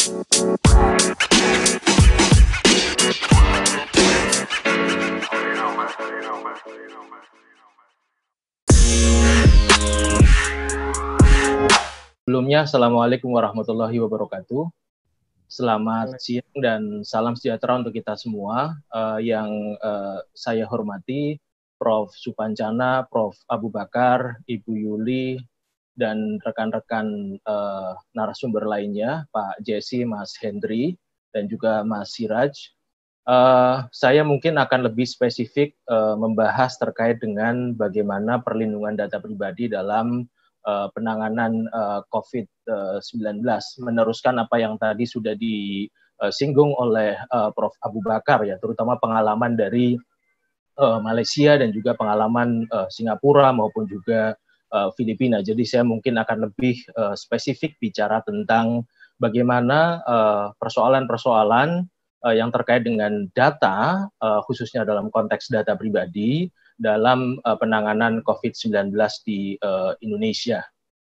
Sebelumnya, Assalamualaikum warahmatullahi wabarakatuh. Selamat siang dan salam sejahtera untuk kita semua. Yang saya hormati Prof. Supancana, Prof. Abu Bakar, Ibu Yuli, dan rekan-rekan narasumber lainnya, Pak Jesse, Mas Hendry, dan juga Mas Siraj. Saya mungkin akan lebih spesifik membahas terkait dengan bagaimana perlindungan data pribadi dalam penanganan COVID-19, meneruskan apa yang tadi sudah disinggung oleh Prof. Abu Bakar, ya, terutama pengalaman dari Malaysia dan juga pengalaman Singapura maupun juga Filipina. Jadi saya mungkin akan lebih spesifik bicara tentang bagaimana persoalan-persoalan yang terkait dengan data, khususnya dalam konteks data pribadi, dalam penanganan COVID-19 di Indonesia.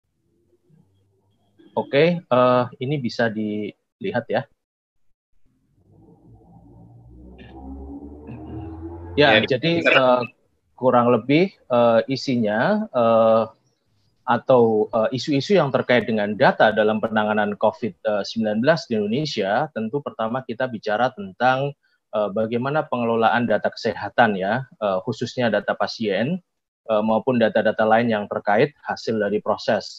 Oke, ini bisa dilihat ya. Ya, jadi kurang lebih isinya atau isu-isu yang terkait dengan data dalam penanganan COVID-19 di Indonesia, tentu pertama kita bicara tentang bagaimana pengelolaan data kesehatan, ya, khususnya data pasien maupun data-data lain yang terkait hasil dari proses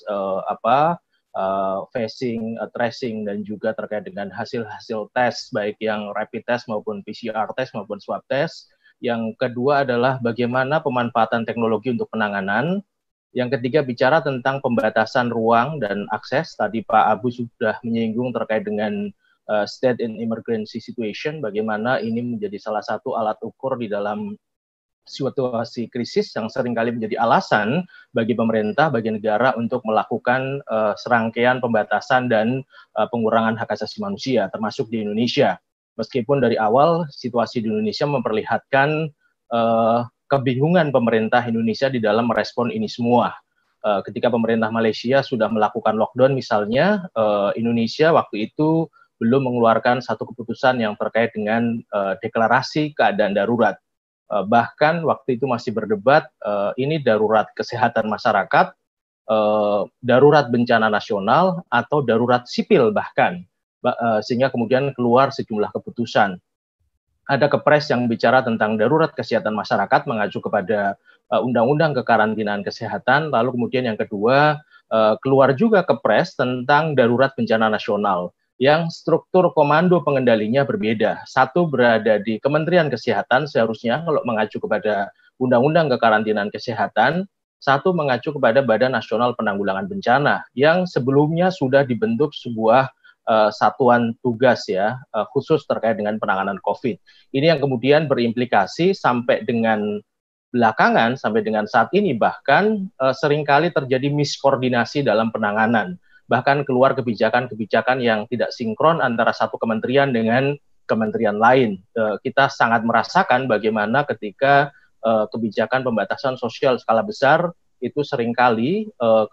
tracing dan juga terkait dengan hasil-hasil tes, baik yang rapid test maupun PCR test maupun swab test. Yang kedua adalah bagaimana pemanfaatan teknologi untuk penanganan. Yang ketiga bicara tentang pembatasan ruang dan akses. Tadi Pak Abu sudah menyinggung terkait dengan state in emergency situation, bagaimana ini menjadi salah satu alat ukur di dalam situasi krisis yang seringkali menjadi alasan bagi pemerintah, bagi negara untuk melakukan serangkaian pembatasan dan pengurangan hak asasi manusia, termasuk di Indonesia. Meskipun dari awal situasi di Indonesia memperlihatkan kebingungan pemerintah Indonesia di dalam merespon ini semua. Ketika pemerintah Malaysia sudah melakukan lockdown misalnya, Indonesia waktu itu belum mengeluarkan satu keputusan yang terkait dengan deklarasi keadaan darurat. Bahkan waktu itu masih berdebat, ini darurat kesehatan masyarakat, darurat bencana nasional, atau darurat sipil bahkan, sehingga kemudian keluar sejumlah keputusan. Ada kepres yang bicara tentang darurat kesehatan masyarakat, mengacu kepada undang-undang kekarantinaan kesehatan, lalu kemudian yang kedua, keluar juga kepres tentang darurat bencana nasional, yang struktur komando pengendalinya berbeda. Satu berada di Kementerian Kesehatan seharusnya kalau mengacu kepada Undang-Undang Kekarantinaan Kesehatan, satu mengacu kepada Badan Nasional Penanggulangan Bencana yang sebelumnya sudah dibentuk sebuah satuan tugas, ya, khusus terkait dengan penanganan COVID. Ini yang kemudian berimplikasi sampai dengan belakangan, sampai dengan saat ini bahkan seringkali terjadi miskoordinasi dalam penanganan. Bahkan keluar kebijakan-kebijakan yang tidak sinkron antara satu kementerian dengan kementerian lain. Kita sangat merasakan bagaimana ketika kebijakan pembatasan sosial skala besar itu seringkali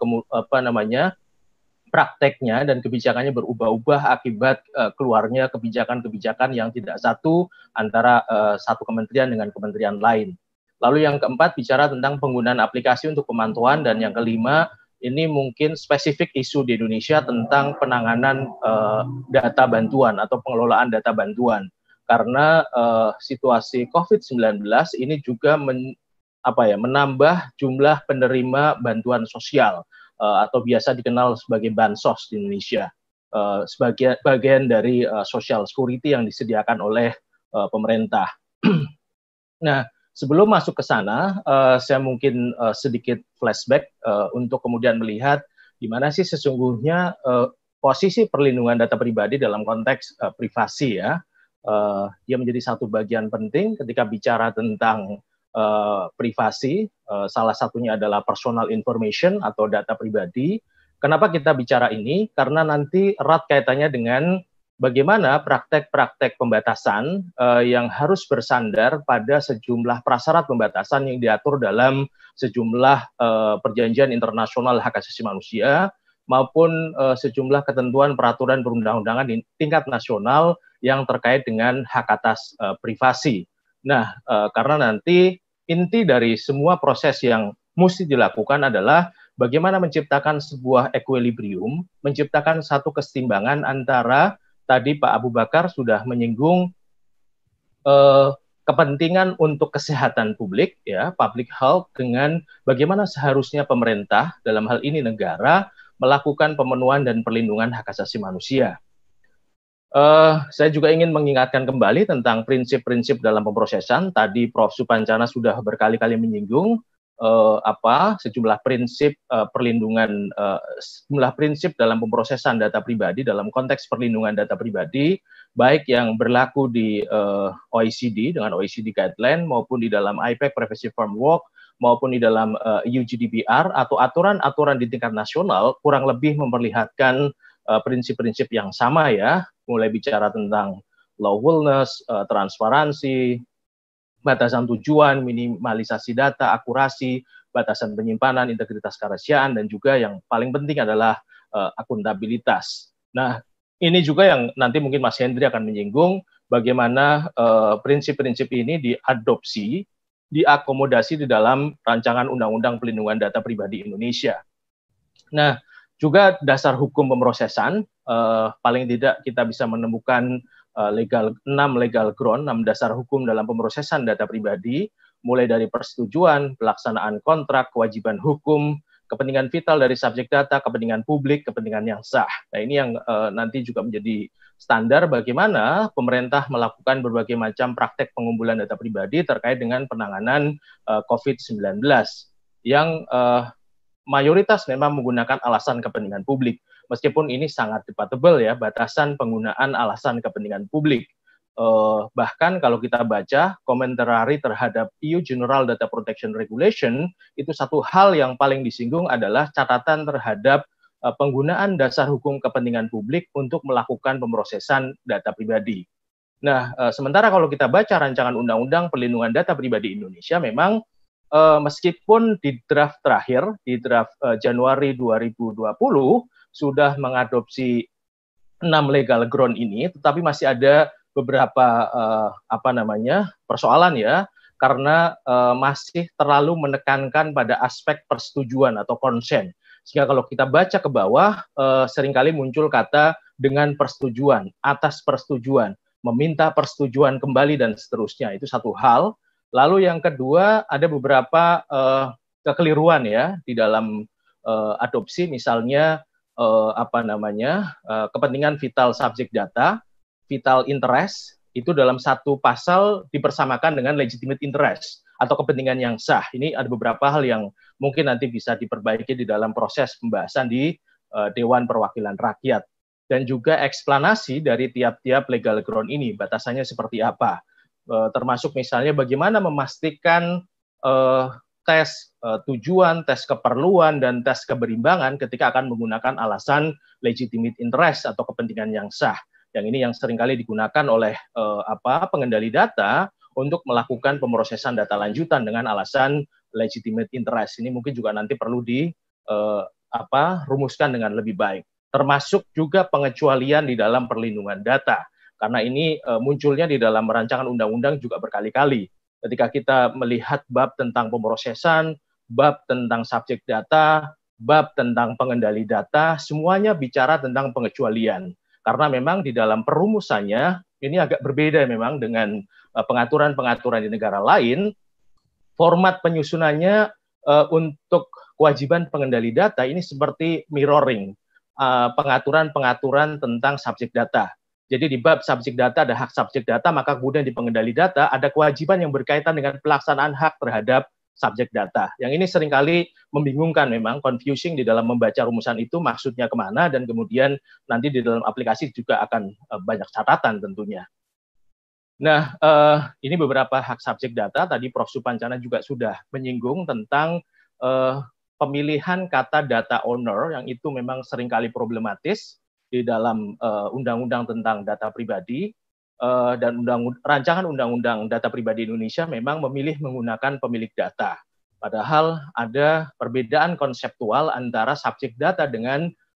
prakteknya dan kebijakannya berubah-ubah akibat keluarnya kebijakan-kebijakan yang tidak satu antara satu kementerian dengan kementerian lain. Lalu yang keempat bicara tentang penggunaan aplikasi untuk pemantauan, dan yang kelima ini mungkin spesifik isu di Indonesia tentang penanganan data bantuan atau pengelolaan data bantuan. Karena situasi COVID-19 ini juga menambah jumlah penerima bantuan sosial atau biasa dikenal sebagai bansos di Indonesia. Sebagai bagian dari social security yang disediakan oleh pemerintah. Nah, sebelum masuk ke sana, saya mungkin sedikit flashback untuk kemudian melihat di mana sih sesungguhnya posisi perlindungan data pribadi dalam konteks privasi, ya. Dia menjadi satu bagian penting ketika bicara tentang privasi, salah satunya adalah personal information atau data pribadi. Kenapa kita bicara ini? Karena nanti erat kaitannya dengan bagaimana praktek-praktek pembatasan yang harus bersandar pada sejumlah prasyarat pembatasan yang diatur dalam sejumlah perjanjian internasional hak asasi manusia, maupun sejumlah ketentuan peraturan perundang-undangan di tingkat nasional yang terkait dengan hak atas privasi. Nah, karena nanti inti dari semua proses yang mesti dilakukan adalah bagaimana menciptakan sebuah equilibrium, menciptakan satu keseimbangan antara tadi Pak Abu Bakar sudah menyinggung kepentingan untuk kesehatan publik, ya, public health, dengan bagaimana seharusnya pemerintah, dalam hal ini negara, melakukan pemenuhan dan perlindungan hak asasi manusia. Saya juga ingin mengingatkan kembali tentang prinsip-prinsip dalam pemrosesan. Tadi Prof. Supancana sudah berkali-kali menyinggung sejumlah prinsip perlindungan, sejumlah prinsip dalam pemrosesan data pribadi dalam konteks perlindungan data pribadi, baik yang berlaku di OECD dengan OECD Guideline maupun di dalam IPEC Privacy Framework maupun di dalam EU GDPR atau aturan-aturan di tingkat nasional, kurang lebih memperlihatkan prinsip-prinsip yang sama, ya, mulai bicara tentang lawfulness, transparansi, batasan tujuan, minimalisasi data, akurasi, batasan penyimpanan, integritas kerahasiaan, dan juga yang paling penting adalah akuntabilitas. Nah, ini juga yang nanti mungkin Mas Hendri akan menyinggung bagaimana prinsip-prinsip ini diadopsi, diakomodasi di dalam rancangan Undang-Undang Pelindungan Data Pribadi Indonesia. Nah, juga dasar hukum pemrosesan, paling tidak kita bisa menemukan 6 legal ground, 6 dasar hukum dalam pemrosesan data pribadi, mulai dari persetujuan, pelaksanaan kontrak, kewajiban hukum, kepentingan vital dari subjek data, kepentingan publik, kepentingan yang sah. Nah, ini yang nanti juga menjadi standar bagaimana pemerintah melakukan berbagai macam praktek pengumpulan data pribadi terkait dengan penanganan COVID-19 yang mayoritas memang menggunakan alasan kepentingan publik. Meskipun ini sangat debatable, ya, batasan penggunaan alasan kepentingan publik. Bahkan kalau kita baca komentarari terhadap EU General Data Protection Regulation, itu satu hal yang paling disinggung adalah catatan terhadap penggunaan dasar hukum kepentingan publik untuk melakukan pemrosesan data pribadi. Nah, sementara kalau kita baca rancangan Undang-Undang Perlindungan Data Pribadi Indonesia, memang meskipun di draft terakhir, di draft Januari 2020, sudah mengadopsi 6 legal ground ini, tetapi masih ada beberapa persoalan, ya, karena masih terlalu menekankan pada aspek persetujuan atau consent. Sehingga kalau kita baca ke bawah, seringkali muncul kata dengan persetujuan, atas persetujuan, meminta persetujuan kembali, dan seterusnya. Itu satu hal. Lalu yang kedua, ada beberapa kekeliruan, ya, di dalam adopsi, misalnya kepentingan vital subjek data, vital interest, itu dalam satu pasal dipersamakan dengan legitimate interest atau kepentingan yang sah. Ini ada beberapa hal yang mungkin nanti bisa diperbaiki di dalam proses pembahasan di Dewan Perwakilan Rakyat. Dan juga eksplanasi dari tiap-tiap legal ground ini, batasannya seperti apa. Termasuk misalnya bagaimana memastikan tes tujuan, tes keperluan, dan tes keberimbangan ketika akan menggunakan alasan legitimate interest atau kepentingan yang sah. Yang ini yang seringkali digunakan oleh pengendali data untuk melakukan pemrosesan data lanjutan dengan alasan legitimate interest. Ini mungkin juga nanti perlu rumuskan dengan lebih baik. Termasuk juga pengecualian di dalam perlindungan data. Karena ini munculnya di dalam rancangan undang-undang juga berkali-kali. Ketika kita melihat bab tentang pemrosesan, bab tentang subjek data, bab tentang pengendali data, semuanya bicara tentang pengecualian. Karena memang di dalam perumusannya, ini agak berbeda memang dengan pengaturan-pengaturan di negara lain. Format penyusunannya untuk kewajiban pengendali data ini seperti mirroring, pengaturan-pengaturan tentang subjek data. Jadi di bab subjek data ada hak subjek data, maka kemudian di pengendali data ada kewajiban yang berkaitan dengan pelaksanaan hak terhadap subjek data. Yang ini seringkali membingungkan memang, confusing di dalam membaca rumusan itu maksudnya kemana, dan kemudian nanti di dalam aplikasi juga akan banyak catatan tentunya. Nah, ini beberapa hak subjek data, tadi Prof. Supancana juga sudah menyinggung tentang pemilihan kata data owner, yang itu memang seringkali problematis di dalam undang-undang tentang data pribadi, dan rancangan undang-undang data pribadi Indonesia memang memilih menggunakan pemilik data. Padahal ada perbedaan konseptual antara subjek data dengan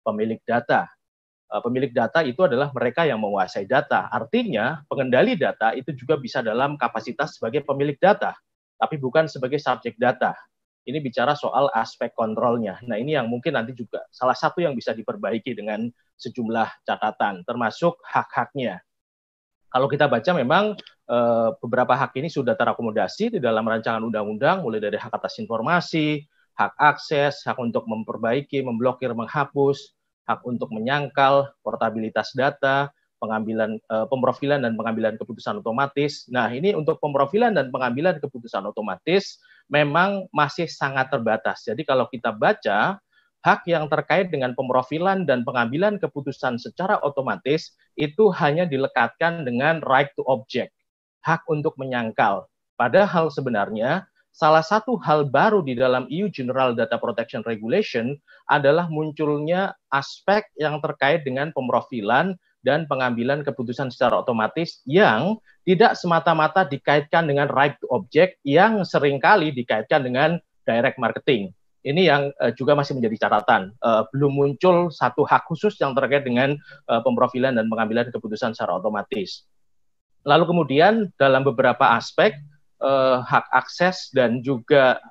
pemilik data. Pemilik data itu adalah mereka yang menguasai data. Artinya, pengendali data itu juga bisa dalam kapasitas sebagai pemilik data, tapi bukan sebagai subjek data. Ini bicara soal aspek kontrolnya. Nah, ini yang mungkin nanti juga salah satu yang bisa diperbaiki dengan sejumlah catatan, termasuk hak-haknya. Kalau kita baca memang beberapa hak ini sudah terakomodasi di dalam rancangan undang-undang, mulai dari hak atas informasi, hak akses, hak untuk memperbaiki, memblokir, menghapus, hak untuk menyangkal, portabilitas data, pengambilan pemrofilan dan pengambilan keputusan otomatis. Nah, ini untuk pemrofilan dan pengambilan keputusan otomatis memang masih sangat terbatas. Jadi kalau kita baca hak yang terkait dengan pemrofilan dan pengambilan keputusan secara otomatis itu hanya dilekatkan dengan right to object, hak untuk menyangkal. Padahal sebenarnya salah satu hal baru di dalam EU General Data Protection Regulation adalah munculnya aspek yang terkait dengan pemrofilan dan pengambilan keputusan secara otomatis yang tidak semata-mata dikaitkan dengan right to object yang seringkali dikaitkan dengan direct marketing. Ini yang juga masih menjadi catatan. Belum muncul satu hak khusus yang terkait dengan pemrofilan dan pengambilan keputusan secara otomatis. Lalu kemudian dalam beberapa aspek hak akses dan juga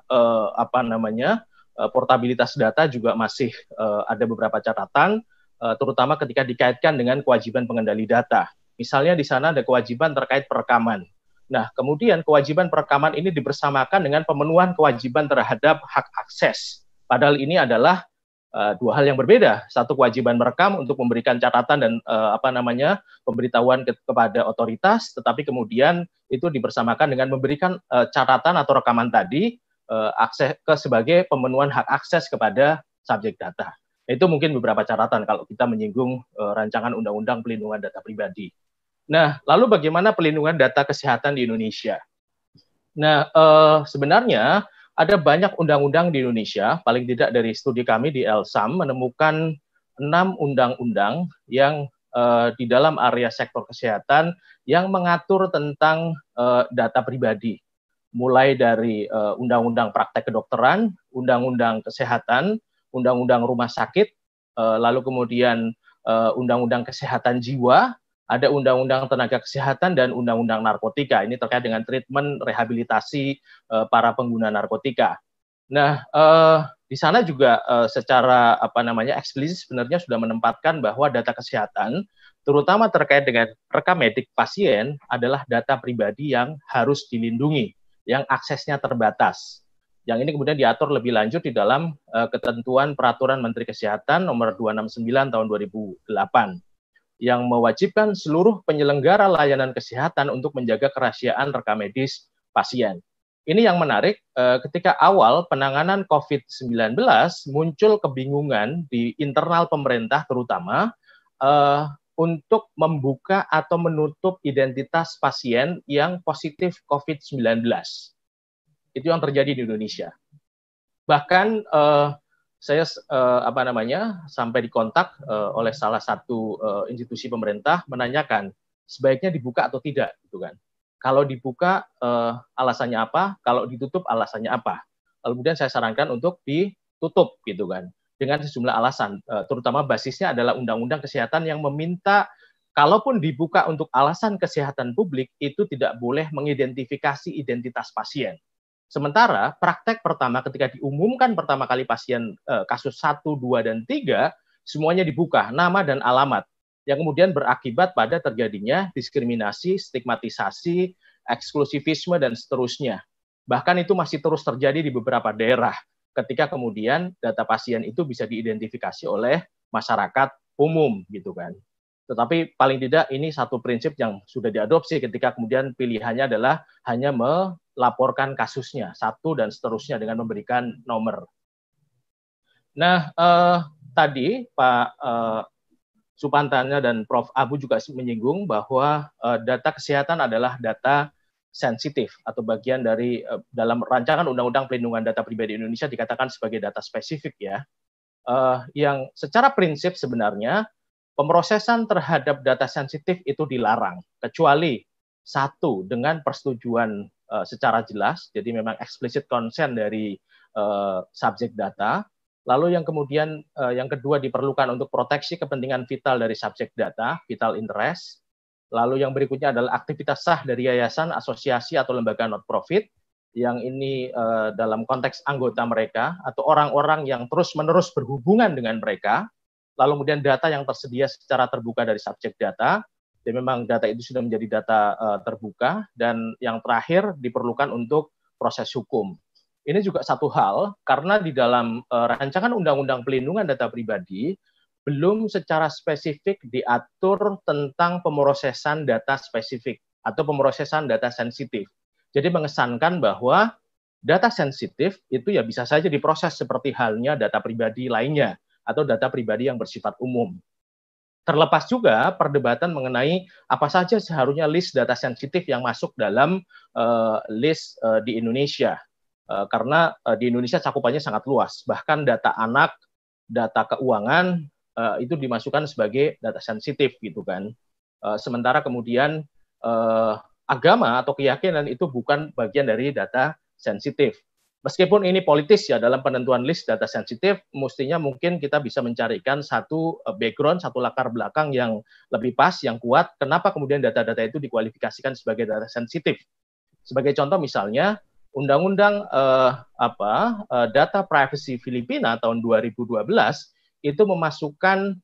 portabilitas data juga masih ada beberapa catatan, terutama ketika dikaitkan dengan kewajiban pengendali data. Misalnya di sana ada kewajiban terkait perekaman. Nah, kemudian kewajiban perekaman ini dibersamakan dengan pemenuhan kewajiban terhadap hak akses. Padahal ini adalah dua hal yang berbeda. Satu, kewajiban merekam untuk memberikan catatan dan pemberitahuan kepada otoritas, tetapi kemudian itu dibersamakan dengan memberikan catatan atau rekaman tadi akses sebagai pemenuhan hak akses kepada subjek data. Itu mungkin beberapa catatan kalau kita menyinggung rancangan undang-undang pelindungan data pribadi. Nah, lalu bagaimana pelindungan data kesehatan di Indonesia? Nah, sebenarnya ada banyak undang-undang di Indonesia, paling tidak dari studi kami di LSAM menemukan 6 undang-undang yang di dalam area sektor kesehatan yang mengatur tentang data pribadi. Mulai dari undang-undang praktek kedokteran, undang-undang kesehatan, undang-undang rumah sakit, lalu kemudian undang-undang kesehatan jiwa, ada undang-undang tenaga kesehatan dan undang-undang narkotika. Ini terkait dengan treatment rehabilitasi para pengguna narkotika. Nah, di sana juga secara eksplisit sebenarnya sudah menempatkan bahwa data kesehatan, terutama terkait dengan rekam medik pasien, adalah data pribadi yang harus dilindungi, yang aksesnya terbatas. Yang ini kemudian diatur lebih lanjut di dalam ketentuan Peraturan Menteri Kesehatan Nomor 269 Tahun 2008. Yang mewajibkan seluruh penyelenggara layanan kesehatan untuk menjaga kerahasiaan rekam medis pasien. Ini yang menarik, ketika awal penanganan COVID-19 muncul kebingungan di internal pemerintah terutama untuk membuka atau menutup identitas pasien yang positif COVID-19. Itu yang terjadi di Indonesia. Bahkan saya sampai dikontak oleh salah satu institusi pemerintah menanyakan sebaiknya dibuka atau tidak, gitu kan. Kalau dibuka alasannya apa, kalau ditutup alasannya apa. Lalu kemudian saya sarankan untuk ditutup, gitu kan, dengan sejumlah alasan, terutama basisnya adalah Undang-Undang Kesehatan yang meminta kalaupun dibuka untuk alasan kesehatan publik itu tidak boleh mengidentifikasi identitas pasien. Sementara praktek pertama ketika diumumkan pertama kali pasien kasus 1, 2, dan 3, semuanya dibuka, nama dan alamat, yang kemudian berakibat pada terjadinya diskriminasi, stigmatisasi, eksklusivisme, dan seterusnya. Bahkan itu masih terus terjadi di beberapa daerah, ketika kemudian data pasien itu bisa diidentifikasi oleh masyarakat umum, gitu kan. Tetapi paling tidak ini satu prinsip yang sudah diadopsi ketika kemudian pilihannya adalah hanya melaporkan kasusnya, satu dan seterusnya dengan memberikan nomor. Nah, tadi Pak Supantana dan Prof. Abu juga menyinggung bahwa data kesehatan adalah data sensitif atau bagian dari dalam rancangan Undang-Undang Pelindungan Data Pribadi Indonesia dikatakan sebagai data spesifik ya, yang secara prinsip sebenarnya pemrosesan terhadap data sensitif itu dilarang, kecuali satu, dengan persetujuan secara jelas, jadi memang explicit consent dari subjek data, Lalu yang kemudian yang kedua diperlukan untuk proteksi kepentingan vital dari subjek data, vital interest. Lalu yang berikutnya adalah aktivitas sah dari yayasan, asosiasi atau lembaga not profit yang ini dalam konteks anggota mereka atau orang-orang yang terus-menerus berhubungan dengan mereka. Lalu kemudian data yang tersedia secara terbuka dari subjek data, dan memang data itu sudah menjadi data terbuka. Dan yang terakhir diperlukan untuk proses hukum. Ini juga satu hal, karena di dalam rancangan Undang-Undang Pelindungan Data Pribadi, belum secara spesifik diatur tentang pemrosesan data spesifik atau pemrosesan data sensitif. Jadi mengesankan bahwa data sensitif itu ya bisa saja diproses seperti halnya data pribadi lainnya atau data pribadi yang bersifat umum. Terlepas juga perdebatan mengenai apa saja seharusnya list data sensitif yang masuk dalam list di Indonesia. Karena di Indonesia cakupannya sangat luas, bahkan data anak, data keuangan itu dimasukkan sebagai data sensitif gitu kan. Sementara kemudian agama atau keyakinan itu bukan bagian dari data sensitif. Meskipun ini politis ya dalam penentuan list data sensitif, mestinya mungkin kita bisa mencarikan satu background, satu latar belakang yang lebih pas, yang kuat. Kenapa kemudian data-data itu dikualifikasikan sebagai data sensitif? Sebagai contoh misalnya, Undang-Undang Data Privacy Filipina tahun 2012 itu memasukkan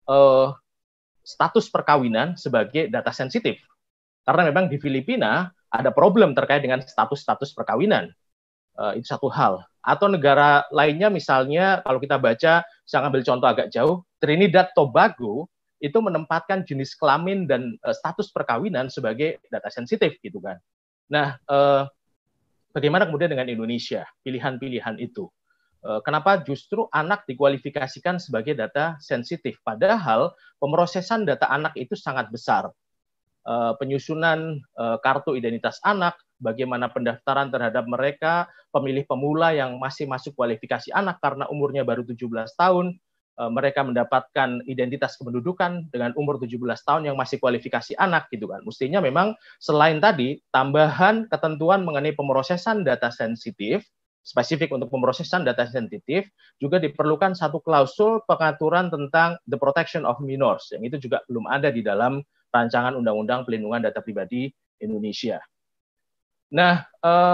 status perkawinan sebagai data sensitif. Karena memang di Filipina ada problem terkait dengan status-status perkawinan. Itu satu hal. Atau negara lainnya misalnya kalau kita baca, saya ambil contoh agak jauh, Trinidad Tobago itu menempatkan jenis kelamin dan status perkawinan sebagai data sensitif gitu kan. Nah, bagaimana kemudian dengan Indonesia? Pilihan-pilihan itu. Kenapa justru anak dikualifikasikan sebagai data sensitif? Padahal pemrosesan data anak itu sangat besar. Penyusunan kartu identitas anak, bagaimana pendaftaran terhadap mereka, pemilih pemula yang masih masuk kualifikasi anak karena umurnya baru 17 tahun, mereka mendapatkan identitas kependudukan dengan umur 17 tahun yang masih kualifikasi anak gitu kan. Mestinya memang selain tadi tambahan ketentuan mengenai pemrosesan data sensitif, spesifik untuk pemrosesan data sensitif, juga diperlukan satu klausul pengaturan tentang the protection of minors, yang itu juga belum ada di dalam rancangan Undang-Undang Pelindungan Data Pribadi Indonesia. Nah,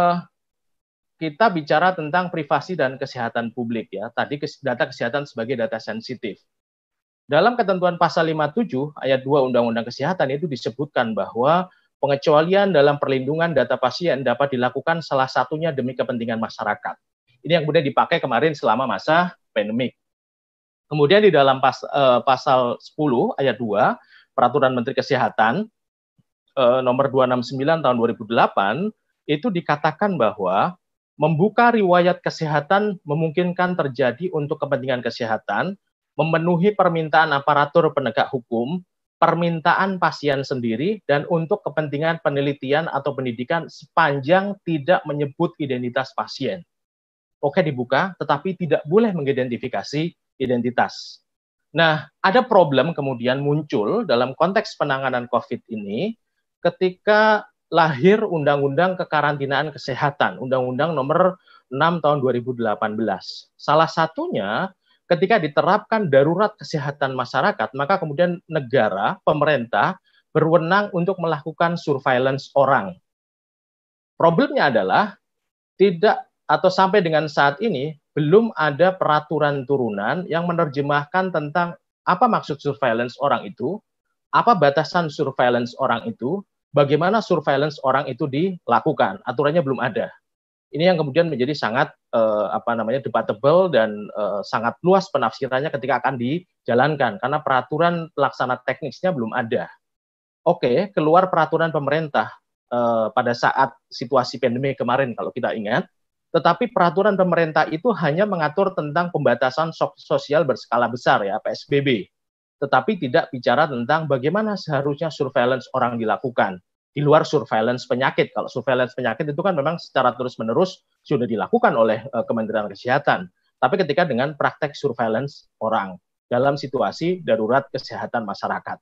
kita bicara tentang privasi dan kesehatan publik ya. Tadi data kesehatan sebagai data sensitif. Dalam ketentuan pasal 57 ayat 2 Undang-Undang Kesehatan itu disebutkan bahwa pengecualian dalam perlindungan data pasien dapat dilakukan salah satunya demi kepentingan masyarakat. Ini yang kemudian dipakai kemarin selama masa pandemik. Kemudian di dalam pasal 10 ayat 2 Peraturan Menteri Kesehatan nomor 269 tahun 2008 itu dikatakan bahwa membuka riwayat kesehatan memungkinkan terjadi untuk kepentingan kesehatan, memenuhi permintaan aparatur penegak hukum, permintaan pasien sendiri, dan untuk kepentingan penelitian atau pendidikan sepanjang tidak menyebut identitas pasien. Oke dibuka, tetapi tidak boleh mengidentifikasi identitas. Nah, ada problem kemudian muncul dalam konteks penanganan COVID ini ketika lahir Undang-Undang Kekarantinaan Kesehatan, Undang-Undang Nomor 6 Tahun 2018. Salah satunya ketika diterapkan darurat kesehatan masyarakat, maka kemudian negara, pemerintah berwenang untuk melakukan surveillance orang. Problemnya adalah tidak atau sampai dengan saat ini belum ada peraturan turunan yang menerjemahkan tentang apa maksud surveillance orang itu, apa batasan surveillance orang itu, bagaimana surveillance orang itu dilakukan. Aturannya belum ada. Ini yang kemudian menjadi sangat debatable dan sangat luas penafsirannya ketika akan dijalankan karena peraturan pelaksana teknisnya belum ada. Oke, keluar peraturan pemerintah pada saat situasi pandemi kemarin kalau kita ingat. Tetapi peraturan pemerintah itu hanya mengatur tentang pembatasan sosial berskala besar ya, PSBB. Tetapi tidak bicara tentang bagaimana seharusnya surveillance orang dilakukan. Di luar surveillance penyakit. Kalau surveillance penyakit itu kan memang secara terus-menerus sudah dilakukan oleh Kementerian Kesehatan. Tapi ketika dengan praktek surveillance orang dalam situasi darurat kesehatan masyarakat.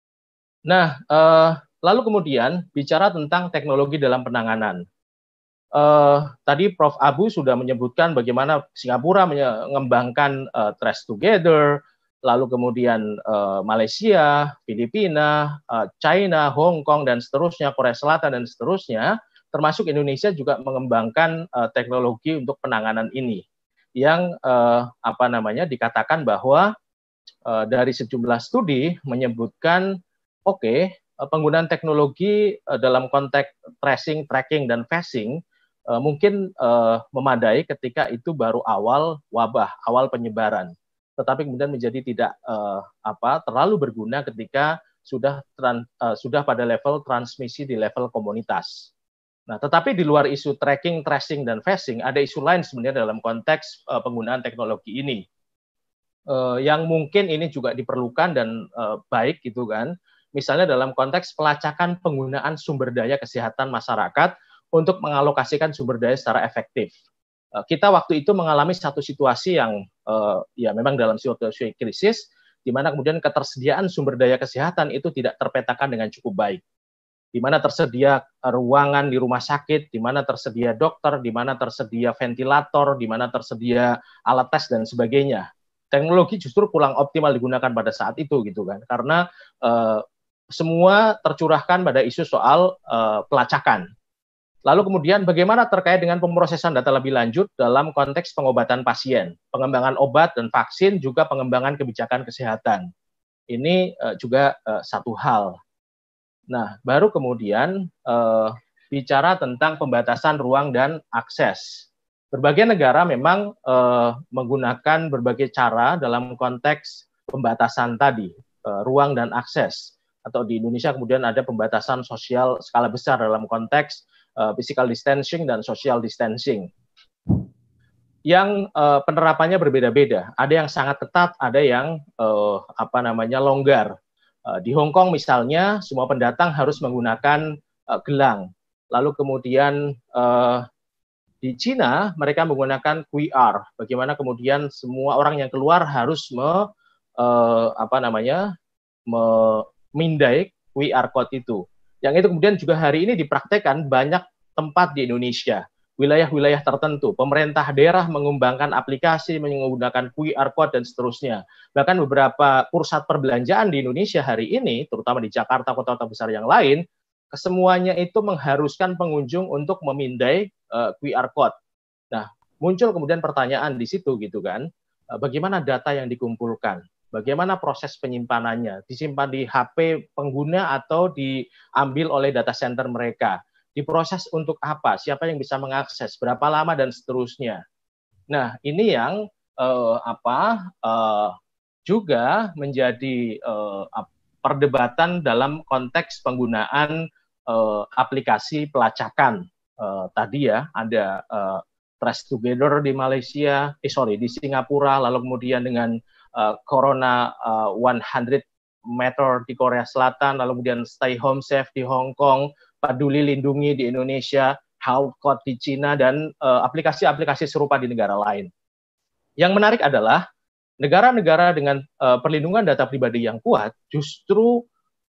Nah, lalu kemudian bicara tentang teknologi dalam penanganan. tadi Prof. Abu sudah menyebutkan bagaimana Singapura mengembangkan Trace Together, lalu kemudian Malaysia, Filipina, China, Hong Kong, dan seterusnya, Korea Selatan, dan seterusnya, termasuk Indonesia juga mengembangkan teknologi untuk penanganan ini, yang dikatakan bahwa dari sejumlah studi menyebutkan, penggunaan teknologi dalam konteks tracing, tracking, dan phasing mungkin memadai ketika itu baru awal wabah, awal penyebaran. Tetapi kemudian menjadi tidak terlalu berguna ketika sudah pada level transmisi di level komunitas. Nah, tetapi di luar isu tracking, tracing, dan phasing, ada isu lain sebenarnya dalam konteks penggunaan teknologi ini. Yang mungkin ini juga diperlukan dan baik gitu kan. Misalnya dalam konteks pelacakan penggunaan sumber daya kesehatan masyarakat untuk mengalokasikan sumber daya secara efektif. Kita waktu itu mengalami satu situasi yang memang dalam situasi krisis, di mana kemudian ketersediaan sumber daya kesehatan itu tidak terpetakan dengan cukup baik. Di mana tersedia ruangan di rumah sakit, di mana tersedia dokter, di mana tersedia ventilator, di mana tersedia alat tes dan sebagainya. Teknologi justru kurang optimal digunakan pada saat itu gitu kan, karena semua tercurahkan pada isu soal pelacakan. Lalu kemudian bagaimana terkait dengan pemrosesan data lebih lanjut dalam konteks pengobatan pasien, pengembangan obat dan vaksin, juga pengembangan kebijakan kesehatan. Ini juga satu hal. Nah, baru kemudian bicara tentang pembatasan ruang dan akses. Berbagai negara memang menggunakan berbagai cara dalam konteks pembatasan tadi, ruang dan akses. Atau di Indonesia kemudian ada pembatasan sosial skala besar dalam konteks physical distancing dan social distancing. Yang penerapannya berbeda-beda. Ada yang sangat ketat, ada yang longgar. Di Hong Kong misalnya, semua pendatang harus menggunakan gelang. Lalu kemudian di Cina mereka menggunakan QR. Bagaimana kemudian semua orang yang keluar harus memindai QR code itu. Yang itu kemudian juga hari ini dipraktekkan banyak tempat di Indonesia. Wilayah-wilayah tertentu, pemerintah daerah mengembangkan aplikasi, menggunakan QR code dan seterusnya. Bahkan beberapa pusat perbelanjaan di Indonesia hari ini, terutama di Jakarta, kota-kota besar yang lain, kesemuanya itu mengharuskan pengunjung untuk memindai QR code. Nah, muncul kemudian pertanyaan di situ gitu kan, bagaimana data yang dikumpulkan, bagaimana proses penyimpanannya, disimpan di HP pengguna atau diambil oleh data center mereka, diproses untuk apa, siapa yang bisa mengakses, berapa lama dan seterusnya. Nah, ini yang juga menjadi perdebatan dalam konteks penggunaan aplikasi pelacakan. Tadi ya, ada Trace Together di Malaysia, di Singapura, lalu kemudian dengan Corona 100 Meter di Korea Selatan, lalu kemudian Stay Home Safe di Hong Kong, Peduli Lindungi di Indonesia, Health Code di Cina, dan aplikasi-aplikasi serupa di negara lain. Yang menarik adalah negara-negara dengan perlindungan data pribadi yang kuat justru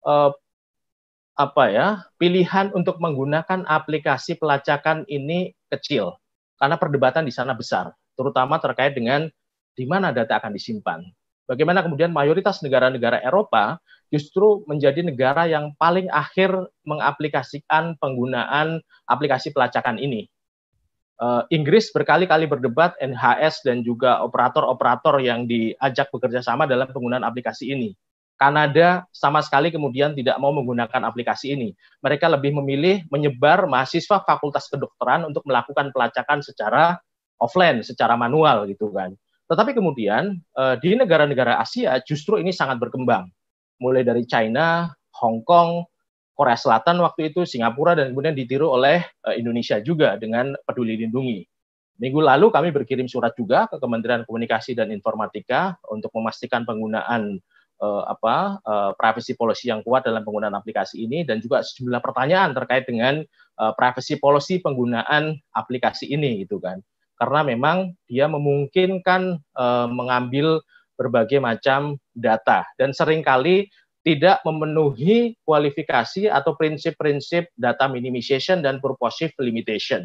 pilihan untuk menggunakan aplikasi pelacakan ini kecil, karena perdebatan di sana besar, terutama terkait dengan di mana data akan disimpan. Bagaimana kemudian mayoritas negara-negara Eropa justru menjadi negara yang paling akhir mengaplikasikan penggunaan aplikasi pelacakan ini. Inggris berkali-kali berdebat, NHS dan juga operator-operator yang diajak bekerja sama dalam penggunaan aplikasi ini. Kanada sama sekali kemudian tidak mau menggunakan aplikasi ini. Mereka lebih memilih menyebar mahasiswa fakultas kedokteran untuk melakukan pelacakan secara offline, secara manual gitu kan. Tetapi kemudian di negara-negara Asia justru ini sangat berkembang. Mulai dari China, Hong Kong, Korea Selatan waktu itu, Singapura, dan kemudian ditiru oleh Indonesia juga dengan Peduli Lindungi. Minggu lalu kami berkirim surat juga ke Kementerian Komunikasi dan Informatika untuk memastikan penggunaan privacy policy yang kuat dalam penggunaan aplikasi ini, dan juga sejumlah pertanyaan terkait dengan privacy policy penggunaan aplikasi ini gitu kan. Karena memang dia memungkinkan mengambil berbagai macam data dan seringkali tidak memenuhi kualifikasi atau prinsip-prinsip data minimization dan purposive limitation.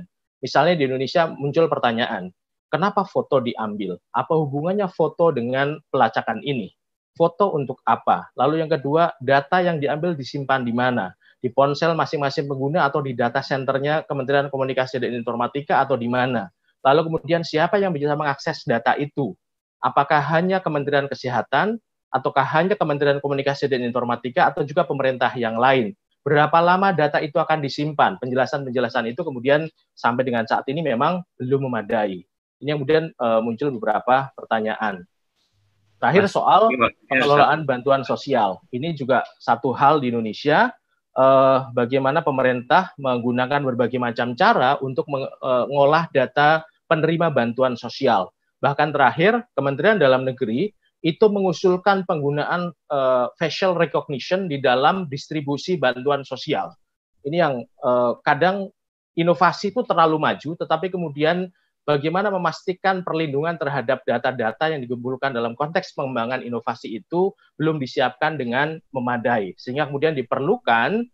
Misalnya di Indonesia muncul pertanyaan, kenapa foto diambil? Apa hubungannya foto dengan pelacakan ini? Foto untuk apa? Lalu yang kedua, data yang diambil disimpan di mana? Di ponsel masing-masing pengguna atau di data centernya Kementerian Komunikasi dan Informatika atau di mana? Lalu kemudian siapa yang bisa mengakses data itu? Apakah hanya Kementerian Kesehatan, ataukah hanya Kementerian Komunikasi dan Informatika, atau juga pemerintah yang lain? Berapa lama data itu akan disimpan? Penjelasan-penjelasan itu kemudian sampai dengan saat ini memang belum memadai. Ini yang kemudian muncul beberapa pertanyaan. Terakhir soal pengelolaan bantuan sosial. Ini juga satu hal di Indonesia, bagaimana pemerintah menggunakan berbagai macam cara untuk mengolah data penerima bantuan sosial. Bahkan terakhir, Kementerian Dalam Negeri itu mengusulkan penggunaan facial recognition di dalam distribusi bantuan sosial. Ini yang kadang inovasi itu terlalu maju, tetapi kemudian bagaimana memastikan perlindungan terhadap data-data yang dikumpulkan dalam konteks pengembangan inovasi itu belum disiapkan dengan memadai, sehingga kemudian diperlukan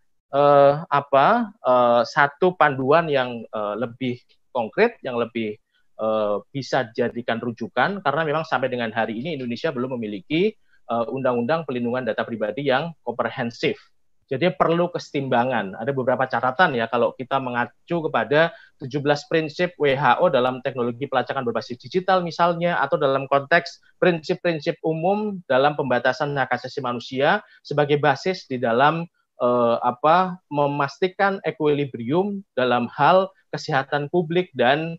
satu panduan yang lebih konkret, yang lebih bisa dijadikan rujukan, karena memang sampai dengan hari ini Indonesia belum memiliki undang-undang pelindungan data pribadi yang komprehensif. Jadi perlu kesetimbangan. Ada beberapa catatan ya kalau kita mengacu kepada 17 prinsip WHO dalam teknologi pelacakan berbasis digital misalnya, atau dalam konteks prinsip-prinsip umum dalam pembatasan hak asasi manusia sebagai basis di dalam memastikan equilibrium dalam hal kesehatan publik dan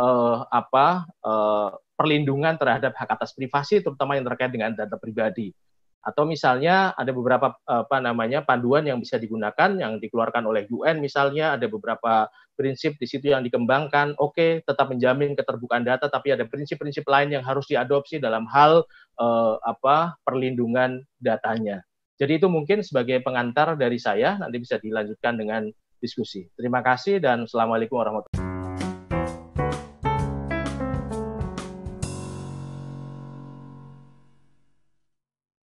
perlindungan terhadap hak atas privasi, terutama yang terkait dengan data pribadi. Atau misalnya ada beberapa panduan yang bisa digunakan yang dikeluarkan oleh UN, misalnya ada beberapa prinsip di situ yang dikembangkan. Oke, tetap menjamin keterbukaan data, tapi ada prinsip-prinsip lain yang harus diadopsi dalam hal perlindungan datanya. Jadi itu mungkin sebagai pengantar dari saya, nanti bisa dilanjutkan dengan diskusi. Terima kasih dan Assalamualaikum warahmatullahi wabarakatuh.